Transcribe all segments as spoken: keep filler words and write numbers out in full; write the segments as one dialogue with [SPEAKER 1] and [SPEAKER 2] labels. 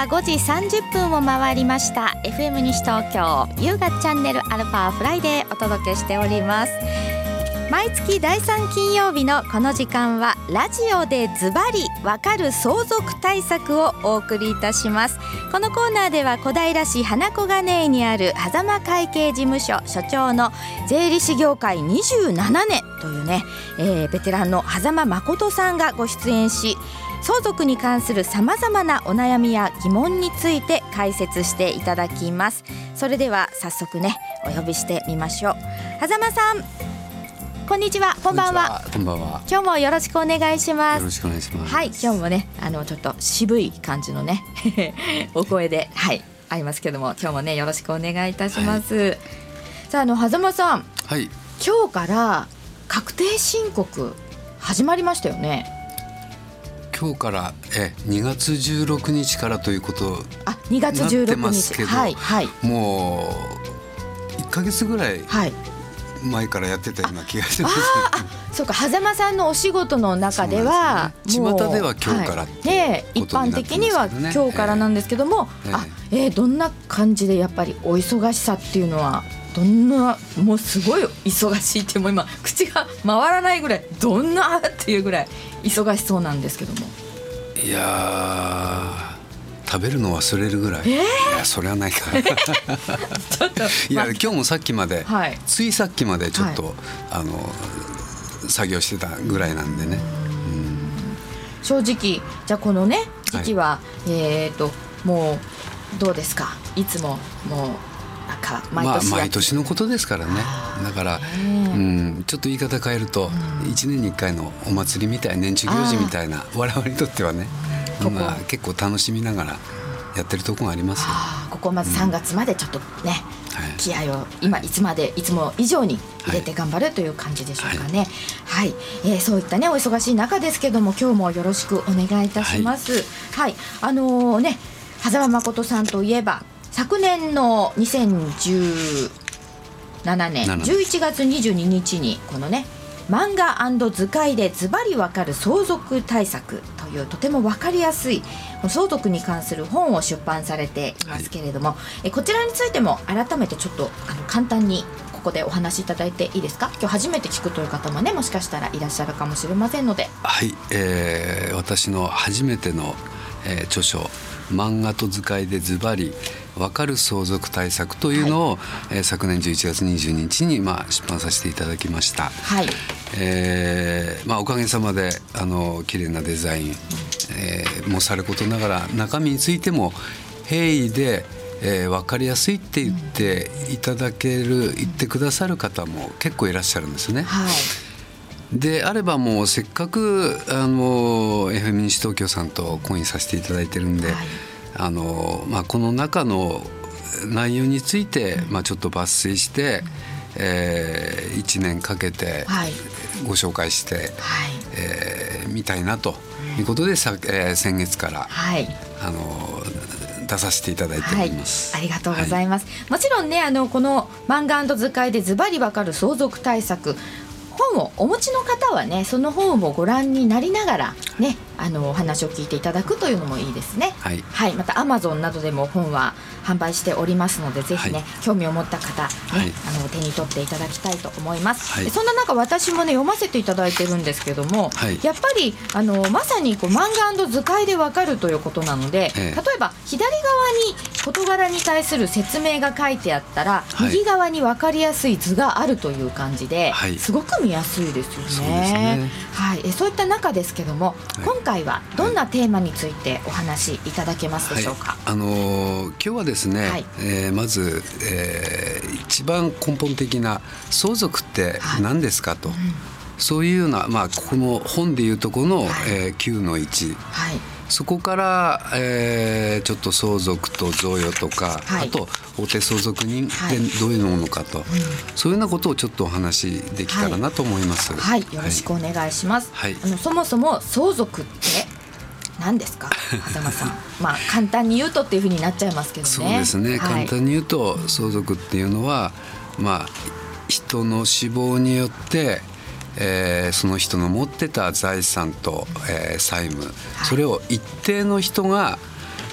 [SPEAKER 1] はごじさんじゅっぷんを回りました。 エフエム 西東京優雅チャンネルアルファフライデーお届けしております。毎月だいさん金曜日のこの時間はラジオでズバリわかる相続対策をお送りいたします。このコーナーでは小平市花小金井にある狭間会計事務所所長の税理士業界にじゅうななねんというね、えー、ベテランの狭間誠さんがご出演し、相続に関するさまざまなお悩みや疑問について解説していただきます。それでは早速ねお呼びしてみましょう。狭間さん、こんにちは。こんばんは。
[SPEAKER 2] こんばんは。
[SPEAKER 1] 今日もよろしくお願いします。
[SPEAKER 2] よろしくお願いします。
[SPEAKER 1] はい、今日もねあのちょっと渋い感じのねお声ではいありますけども、今日もねよろしくお願いいたします。はい、さあ、あの狭間さん、
[SPEAKER 2] はい、
[SPEAKER 1] 今日から確定申告始まりましたよね。
[SPEAKER 2] 今日からえにがつじゅうろくにちからということ
[SPEAKER 1] あにがつじゅうろくにち
[SPEAKER 2] なってますけど、
[SPEAKER 1] はいはい、
[SPEAKER 2] もういっかげつぐらい、
[SPEAKER 1] はい、
[SPEAKER 2] 前からやってたような気がします。
[SPEAKER 1] ああそうか、狭間さんのお仕事の中では
[SPEAKER 2] 巷、ね、では今日から、はい
[SPEAKER 1] ね、一般的には今日からなんですけども、えーあえー、どんな感じでやっぱりお忙しさっていうのはどんな、もうすごい忙しいって、もう今口が回らないぐらいどんなっていうぐらい忙しそうなんですけども。
[SPEAKER 2] いや食べるの忘れるぐらい、えー、いやそれはないかちょっといや今日もさっきまで、はい、ついさっきまでちょっと、はい、あの作業してたぐらいなんでね。うん、
[SPEAKER 1] 正直じゃあこのね時期は、はい、えーともうどうですか、いつももうなんか毎年、
[SPEAKER 2] まあ、毎年のことですからね。だから、うん、ちょっと言い方変えると、うん、いちねんにいっかいのお祭りみたい、年中行事みたいな、我々にとってはね、まあ、結構楽しみながらやってるところがありますよ。
[SPEAKER 1] ここまずさんがつまでちょっとね、うん、気合を今いつまでいつも以上に入れて頑張るという感じでしょうかね。はい、はい、えー、そういったねお忙しい中ですけども、今日もよろしくお願いいたします。はい、はい、あのー、ね狭間誠さんといえば昨年のにせんじゅうななねんじゅういちがつにじゅうににちにこのね漫画&図解でズバリわかる相続対策というとてもわかりやすい相続に関する本を出版されていますけれども、はい、えこちらについても改めてちょっとあの簡単にここでお話しいただいていいですか。今日初めて聞くという方もねもしかしたらいらっしゃるかもしれませんので。
[SPEAKER 2] はい、えー、私の初めての、えー、著書漫画と図解でズバリわかる相続対策というのを、はい、えー、昨年じゅういちがつにじゅうににちに、まあ、出版させていただきました。はい、えーまあ、おかげさまであの綺麗なデザイン、えー、もさることながら中身についても平易で、えー、分かりやすいって言っていただける、言ってくださる方も結構いらっしゃるんですね。はい、であればもうせっかくあの エフエム 西東京さんと懇意させていただいてるんで、はい、あのまあ、この中の内容について、まあ、ちょっと抜粋して、うん、えー、いちねんかけてご紹介して、はい、えー、みたいなということで、さ、えー、先月から、はい、あの出させていただいております。
[SPEAKER 1] はい、ありがとうございます。はい、もちろんねあのこの漫画&図解でズバリわかる相続対策本をお持ちの方はねその本をご覧になりながらねあのお話を聞いていただくというのもいいですね。はい、はい、また Amazon などでも本は販売しておりますので、ぜひね、はい、興味を持った方、ね、はい、あの手に取っていただきたいと思います。はい、そんな中私もね読ませていただいてるんですけども、はい、やっぱりあのまさにこう漫画&図解でわかるということなので、ええ、例えば左側に事柄に対する説明が書いてあったら、はい、右側に分かりやすい図があるという感じで、はい、すごく見やすいですよね。そうですね。はい、えそういった中ですけども、はい、今回はどんなテーマについてお話しいただけますでしょうか。はい、あの
[SPEAKER 2] ー、今日はですね、はい、えー、まず、えー、一番根本的な相続って何ですかと、はい、うん、そういうような、まあ、ここの本でいうところの、はい、えー、きゅうのいち、はい、そこから、えー、ちょっと相続と贈与とか、はい、あと法定相続人ってどういうものかと、はい、うん、そういうようなことをちょっとお話しできたらなと思います。
[SPEAKER 1] はい、はい、よろしくお願いします。はい、あのそもそも相続って何ですか、狭間さん。まあ簡単に言うとっていうふうになっちゃいますけどね。
[SPEAKER 2] そうですね、はい、簡単に言うと相続っていうのは、まあ、人の死亡によってえー、その人の持ってた財産と、えー、債務、それを一定の人が、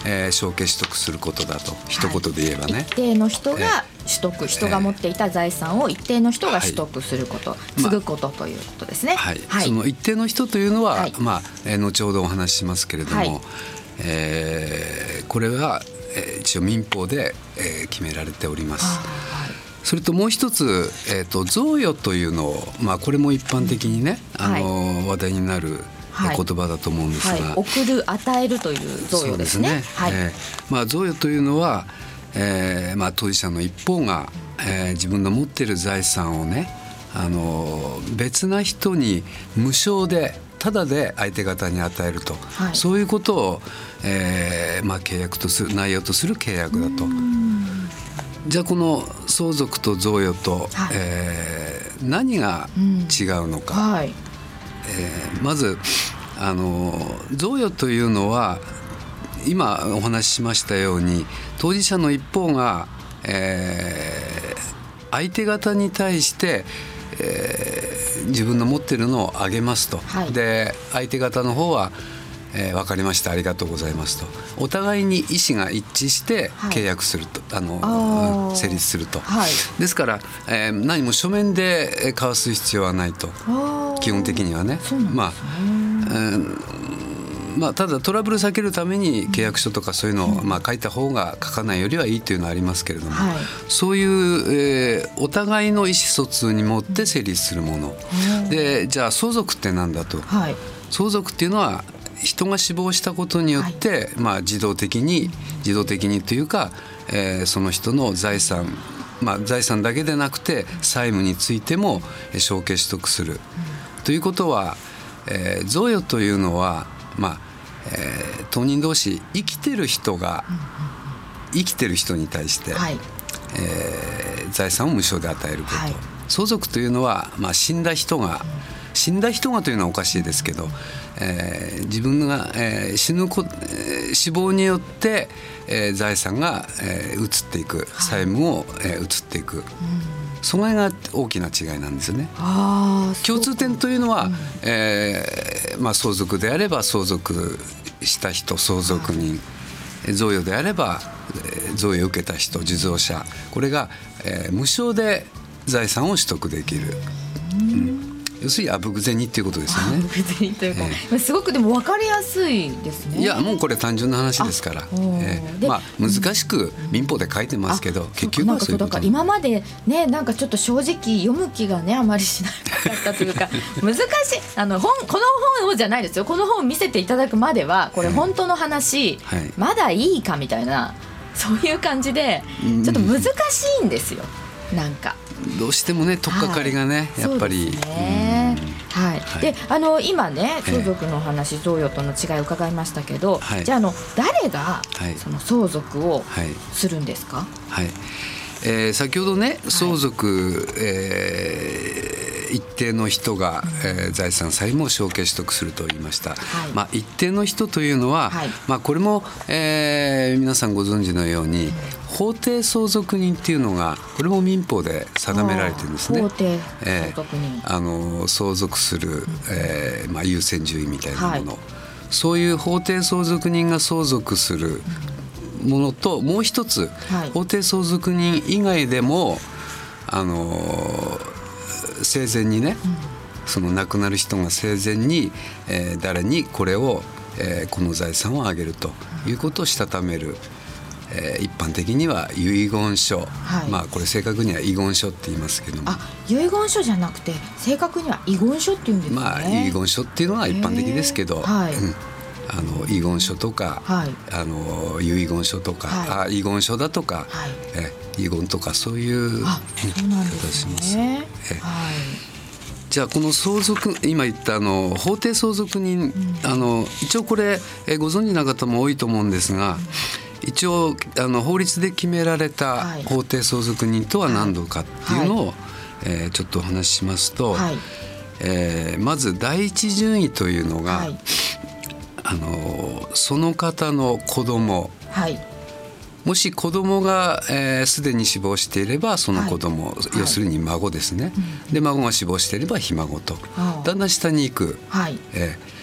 [SPEAKER 2] えー、承継取得することだと一言で言えばね、はい、
[SPEAKER 1] 一定の人が取得、えー、人が持っていた財産を一定の人が取得すること、はい、継ぐことということですね、
[SPEAKER 2] まあはいはい、その一定の人というのは、はいまあえー、後ほどお話ししますけれども、はいえー、これは、えー、一応民法で、えー、決められております。それともう一つ、えー、と贈与というのを、まあ、これも一般的にね、あのー、話題になる言葉だと思うんですが、はいはい、
[SPEAKER 1] 送る与えるという贈与ですね。
[SPEAKER 2] そうですね、はいえーまあ、贈与というのは、えーまあ、当事者の一方が、えー、自分の持っている財産をね、あのー、別な人に無償でただで相手方に与えると、はい、そういうことを、えーまあ、契約とする内容とする契約だと。じゃあこの相続と贈与と、はいえー、何が違うのか、うんはいえー、まずあの贈与というのは今お話ししましたように当事者の一方が、えー、相手方に対して、えー、自分の持っているのをあげますと、はい、で相手方の方はえー、分かりましたありがとうございますとお互いに意思が一致して契約すると、はい、あのあ成立すると、はい、ですから、えー、何も書面で交わす必要はないと基本的にはね。まあうんまあ、ただトラブル避けるために契約書とかそういうのを、まあ、書いた方が書かないよりはいいというのはありますけれども、はい、そういう、えー、お互いの意思疎通にもって成立するもので、じゃあ相続って何だと、はい、相続っていうのは人が死亡したことによって、はいまあ、自動的に自動的にというか、えー、その人の財産、まあ、財産だけでなくて債務についても承継取得する、うん、ということは、えー、贈与というのは、まあえー、当人同士生きてる人が生きてる人に対して、はいえー、財産を無償で与えること、はい、相続というのは、まあ、死んだ人が、うん、死んだ人がというのはおかしいですけど、えー、自分が、えー、死ぬこ、えー、死亡によって、えー、財産が、えー、移っていく債務を、えー、移っていく、うん、その辺が大きな違いなんですよね。あ共通点というのは、うんえーまあ、相続であれば相続した人相続人、はい、贈与であれば、えー、贈与を受けた人受贈者これが、えー、無償で財産を取得できる、うん要するにあぶく銭っていうことですよね。あぶく銭というか、えー、
[SPEAKER 1] すごくでも分かりやすいですね。
[SPEAKER 2] いやもうこれ単純な話ですから、えーまあ、難しく民法で書いてますけど、うん、結局はそういうこと。
[SPEAKER 1] 今までねなんかちょっと正直読む気がねあまりしなかったというか難しいあの本この本をじゃないですよこの本を見せていただくまではこれ本当の話、はい、まだいいかみたいなそういう感じでちょっと難しいんですよ、うん、なんか。
[SPEAKER 2] どうしてもね取っかかりがね、はい、やっぱり
[SPEAKER 1] はいはい、であの今ね相続の話、えー、贈与との違いを伺いましたけど、はい、じゃあ、あの誰がその相続をするんですか？
[SPEAKER 2] はいはいえー、先ほどね相続、はいえー、一定の人が、えー、財産債務を承継取得すると言いました、はいまあ、一定の人というのは、はいまあ、これも、えー、皆さんご存知のように、うん、法定相続人っていうのがこれも民法で定められてるんですね。
[SPEAKER 1] 法定相続人、
[SPEAKER 2] えー、あの相続する、えーまあ、優先順位みたいなもの、はい、そういう法定相続人が相続する、うんものともう一つ、はい、法定相続人以外でもあの生前にね、うん、その亡くなる人が生前に、えー、誰にこれを、えー、この財産をあげるということをしたためる、えー、一般的には遺言書、はいまあ、これ正確には遺言書って言いますけどもあ
[SPEAKER 1] 遺言書じゃなくて正確には遺言書っていうんですね。
[SPEAKER 2] まあ、遺言書っていうのは一般的ですけど、はいうんあの遺言書とか、はい、あの遺言書とか、はい、あ遺言書だとか、はい、え遺言とかそういう形します。えはい、じゃあこの相続今言ったあの法定相続人、うん、あの一応これえご存知な方も多いと思うんですが、うん、一応あの法律で決められた法定相続人とは何度かっていうのを、はいえー、ちょっとお話ししますと、はいえー、まず第一順位というのが、はいあのその方の子供、はい、もし子供がすで、えー、に死亡していればその子供、はい、要するに孫ですね、はい、で孫が死亡していればひ孫とだんだん下に行く、はいえ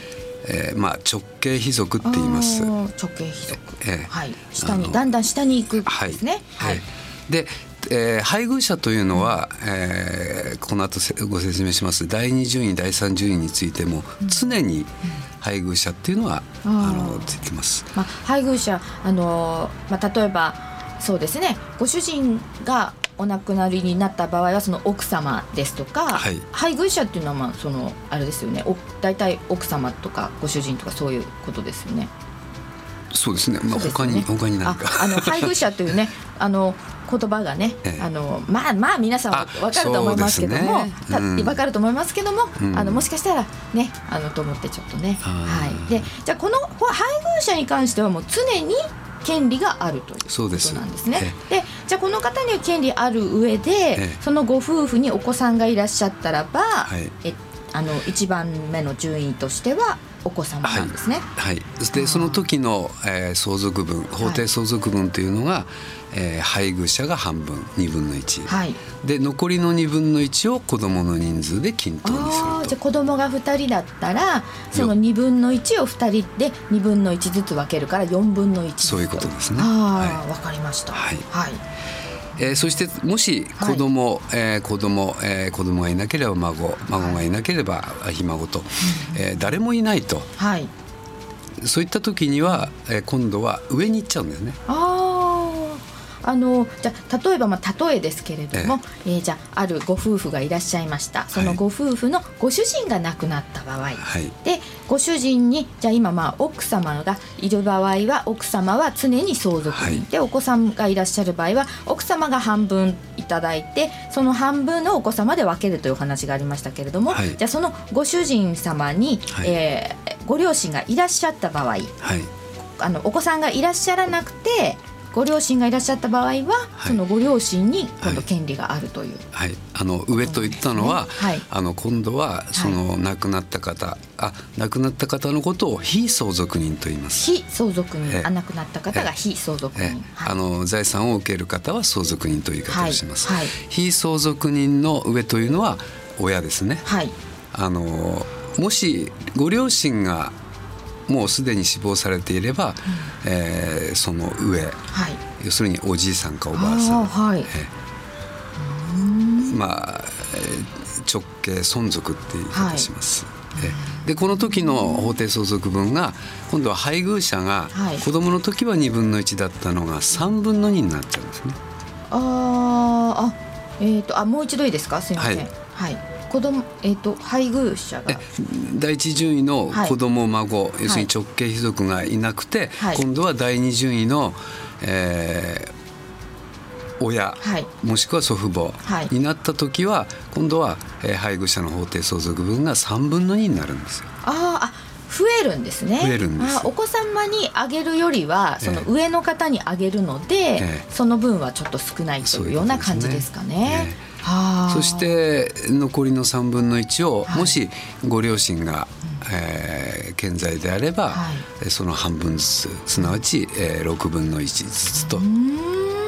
[SPEAKER 2] えーまあ、直系卑属って言います。
[SPEAKER 1] 直系卑属、
[SPEAKER 2] えー
[SPEAKER 1] はい、下にだんだん下に行くんですね。
[SPEAKER 2] はい、はい、でえー、配偶者というのは、えー、この後ご説明しますだいに順位だいさん順位についても常に配偶者っていうのは、うん、あのついてます。
[SPEAKER 1] まあ、配偶者あの、まあ、例えばそうですね、ご主人がお亡くなりになった場合はその奥様ですとか、はい、配偶者っていうのはまあそのあれですよね、だいたい奥様とかご主人とかそういうことですよね。
[SPEAKER 2] そうですね、まあ、他に他に何か あ,
[SPEAKER 1] あの配偶者というねあの言葉がね、ええ、あのまあまあ皆さんは分かると思いますけども、ね、うん、分かると思いますけども、うん、あのもしかしたらねあのと思ってちょっとね、はい、でじゃあこの配偶者に関してはもう常に権利があるということなんですね。で, でじゃあこの方には権利ある上で、ええ、そのご夫婦にお子さんがいらっしゃったらば、はい、えあのいちばんめの順位としてはお子様なんですね。
[SPEAKER 2] はい、はい、でその時の、えー、相続分、法定相続分というのが、はい、えー、配偶者が半分にぶんのいち、はい、で残りのにぶんのいちを子どもの人数で均等にすると。
[SPEAKER 1] じゃあ子どもがふたりだったらそのにぶんのいちをふたりでにぶんのいちずつ分けるからよんぶんのいちずつ。
[SPEAKER 2] そういうことですね。
[SPEAKER 1] あ、
[SPEAKER 2] は
[SPEAKER 1] い、分かりました。はい、はい、
[SPEAKER 2] えー、そしてもし子供、はい、えー、子供、えー、子供がいなければ孫、孫がいなければひ孫と、えー、誰もいないと、はい、そういった時には、えー、今度は上に行っちゃうんだよね。
[SPEAKER 1] ああのじゃあ例えば、まあ、例えですけれども、えーえー、じゃああるご夫婦がいらっしゃいました。そのご夫婦のご主人が亡くなった場合、はい、でご主人にじゃあ今まあ奥様がいる場合は奥様は常に相続人、はい、でお子さんがいらっしゃる場合は奥様が半分いただいてその半分のお子様で分けるというお話がありましたけれども、はい、じゃあそのご主人様に、はい、えー、ご両親がいらっしゃった場合、はい、あのお子さんがいらっしゃらなくてご両親がいらっしゃった場合は、はい、そのご両親に今度権利があるという、
[SPEAKER 2] はいはい、あの上と言ったのは、はい、あの今度はその亡くなった方、はい、あ亡くなった方のことを非相続人と言います。
[SPEAKER 1] 非相続人、あ亡くなった方が非相続人、
[SPEAKER 2] はい、あの財産を受ける方は相続人という言い方をします、はいはい、非相続人の上というのは親ですね、はい、あのもしご両親がもうすでに死亡されていれば、うん、えー、その上、はい、要するにおじいさんかおばあさん、はい、えー、まあ直系存続って言い方します、はい、えー、でこの時の法定相続分が今度は配偶者が子供の時はにぶんのいちだったのがさんぶんのにになっちゃうんですね。
[SPEAKER 1] ああ、えーと、あもう一度いいですか、すみません、はい、はい、子供、えー、と配偶者が
[SPEAKER 2] 第一順位の子供、はい、孫、要するに直系卑属がいなくて、はい、今度は第二順位の、えー、親、はい、もしくは祖父母になった時は、はい、今度は、えー、配偶者の法定相続分がさんぶんのにになるんですよ。
[SPEAKER 1] ああ、増えるんですね。
[SPEAKER 2] 増えるんです。
[SPEAKER 1] あ、お子様にあげるよりはその上の方にあげるので、えー、その分はちょっと少ないというような感じですかね。
[SPEAKER 2] そして残りのさんぶんのいちを、はい、もしご両親が、えー、健在であれば、はい、その半分ずつ、すなわち、えー、ろくぶんのいちずつと。うーん、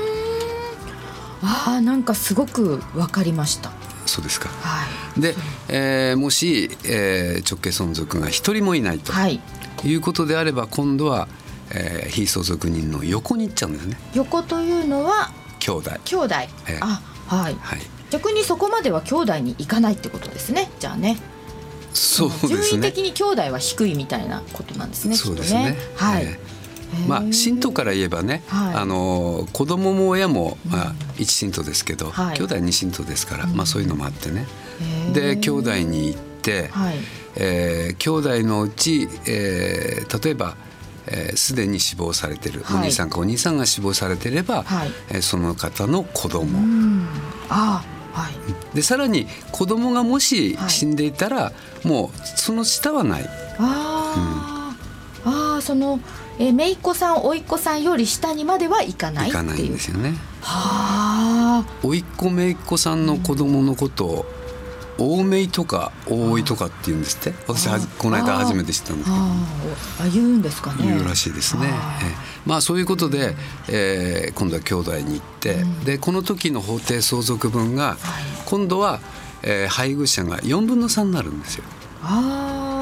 [SPEAKER 1] あー、なんかすごく分かりました。
[SPEAKER 2] そうですか、はい、で、えー、もし、えー、直系存続が一人もいないと、はい、いうことであれば今度は、えー、非相続人の横に行っちゃうんですね。
[SPEAKER 1] 横というのは
[SPEAKER 2] 兄弟
[SPEAKER 1] 兄弟、えー、あ、はい、はい、逆にそこまでは兄弟に行かないってことですね。じゃあね、
[SPEAKER 2] そうですね、
[SPEAKER 1] 順位的に兄弟は低いみたいなことなんですね。
[SPEAKER 2] そうですね、
[SPEAKER 1] はい、
[SPEAKER 2] えー、まあ信徒から言えばね、はい、あの子供も親も、まあ、一信徒ですけど、はい、兄弟二信徒ですから、まあ、そういうのもあってね、で兄弟に行って、はい、えー、兄弟のうち、えー、例えばすで、えー、に死亡されている、はい、お兄さんかお兄さんが死亡されていれば、はい、えー、その方の子供、うん、あ、はい、でさらに子供がもし死んでいたら、はい、もうその下はない。
[SPEAKER 1] あ、うん、あ、そのえ姪っ子さん甥っ子さんより下にまではいかないっていう。
[SPEAKER 2] いかないんですよね。
[SPEAKER 1] はあ、
[SPEAKER 2] 甥っ子姪っ子さんの子供のことを、うん、大姪とか大甥とかって言うんですって。私はこの間初めて知ったんですけど、
[SPEAKER 1] あ、言うんですかね。
[SPEAKER 2] 言うらしいですね。えまあ、そういうことで、えー、今度は兄弟に行って、うん、でこの時の法定相続分が、はい、今度は、えー、配偶者がよんぶんのさんになるんですよ。
[SPEAKER 1] ああ、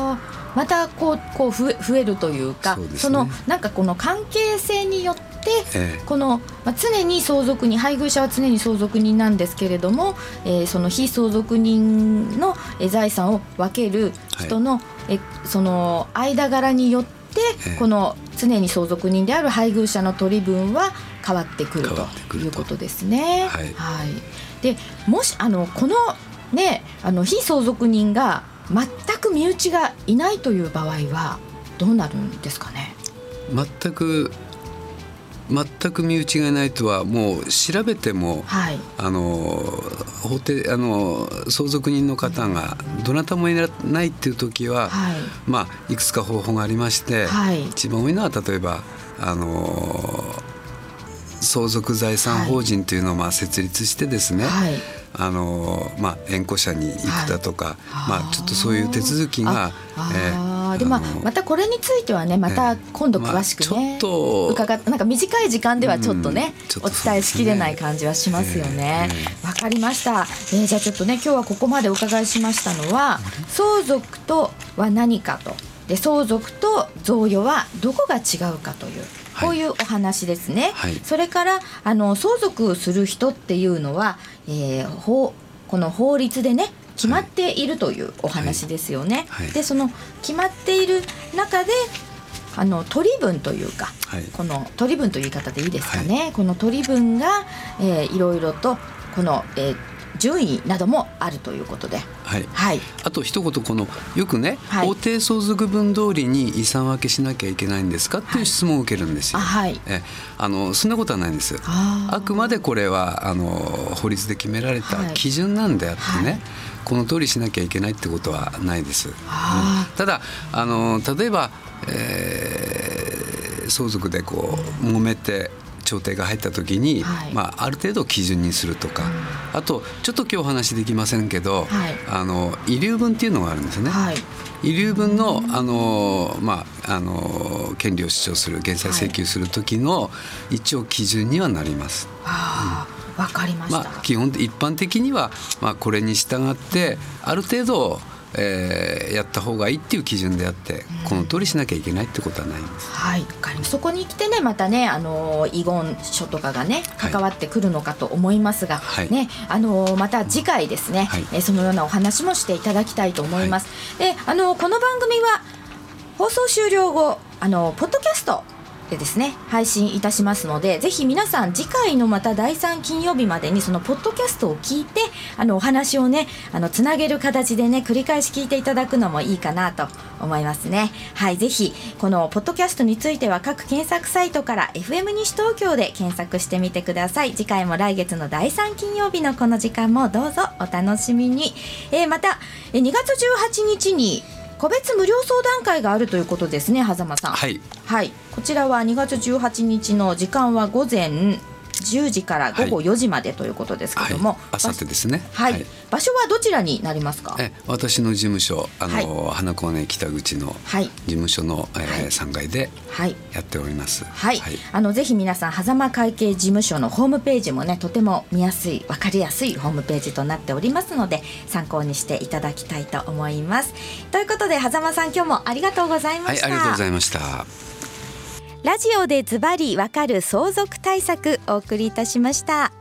[SPEAKER 1] またこうこう増え、増えるというか、
[SPEAKER 2] そうですね、
[SPEAKER 1] そのなんかこの関係性によって
[SPEAKER 2] ええ、
[SPEAKER 1] この、まあ、常に相続人、配偶者は常に相続人なんですけれども、えー、その被相続人のえ財産を分ける人の、はい、えその間柄によって、ええ、この常に相続人である配偶者の取り分は変わってくるということですね。はい、はい、でもしあのこの、ね、あの被相続人が全く身内がいないという場合はどうなるんですかね。
[SPEAKER 2] 全く全く身内がいないとはもう調べても、はい、あの法定あの相続人の方がどなたもいないっていう時は、はい、まあ、いくつか方法がありまして、はい、一番多いのは例えばあの相続財産法人というのをまあ設立してですね、はい、あのまあ、縁故者に行くだとか、はい、まあ、ちょっとそういう手続きが、
[SPEAKER 1] えーでまあ、またこれについてはね、また今度詳しくね、まあ、ちょっと伺っなんか短い時間ではちょっとね、うん、お伝えしきれない感じはしますよね。わ、えー、かりました、えー、じゃあちょっとね今日はここまでお伺いしましたのは、相続とは何かと、で相続と贈与はどこが違うかというこういうお話ですね。はい、それからあの相続する人っていうのは、えー、法この法律でね決まっているというお話ですよね。はいはい、でその決まっている中であの取り分というか、はい、この取り分という言い方でいいですかね、はい、この取り分が、えー、いろいろとこの、えー順位などもあるということで、
[SPEAKER 2] はいはい、あと一言このよくね、はい、法定相続分通りに遺産分けしなきゃいけないんですかっていう質問を受けるんですよ。はい、えあのそんなことはないんです。 あ, あくまでこれはあの法律で決められた基準なんであってね、はい、この通りしなきゃいけないってことはないです。うん、ただあの例えば、えー、相続でこう揉めて調停が入った時に、はい、まあ、ある程度基準にするとか、うん、あとちょっと今日お話できませんけど、はい、あの遺留分っていうのがあるんですね。はい、遺留分の、あの、まあ、あの権利を主張する減債請求する時の一応基準にはなります。
[SPEAKER 1] はい、うん、分かりました。
[SPEAKER 2] まあ、基本一般的には、まあ、これに従ってある程度えー、やった方がいいっていう基準であって、うん、この通りしなきゃいけないってことはないんです。
[SPEAKER 1] はい、そこに来てねまたね、あのー、遺言書とかがね関わってくるのかと思いますが、はい、ね、あのー、また次回ですね、はい、えー、そのようなお話もしていただきたいと思います。はい、で、あのー、この番組は放送終了後、あのー、ポッドキャストでですね配信いたしますので、ぜひ皆さん次回のまただいさん金曜日までにそのポッドキャストを聞いて、あのお話をねあのつなげる形でね繰り返し聞いていただくのもいいかなと思いますね。はい、ぜひこのポッドキャストについては各検索サイトから エフエム 西東京で検索してみてください。次回も来月のだいさん金曜日のこの時間もどうぞお楽しみに。えー、またにがつじゅうはちにちに個別無料相談会があるということですね、狭間さん。はい、はい、こちらはにがつじゅうはちにちの時間は午前じゅうじからごごよじまでということですけども、
[SPEAKER 2] あさってですね。
[SPEAKER 1] はい、はい、場所はどちらになりますか？
[SPEAKER 2] え私の事務所、あの、はい、花子根北口の事務所の、はい、えー、さんがいでやっております。
[SPEAKER 1] はい、はい、あのぜひ皆さん狭間会計事務所のホームページもねとても見やすい、分かりやすいホームページとなっておりますので参考にしていただきたいと思います。ということで狭間さん、今日もありがとうございました。
[SPEAKER 2] はい、ありがとうございました。
[SPEAKER 1] ラジオでズバリわかる相続対策お送りいたしました。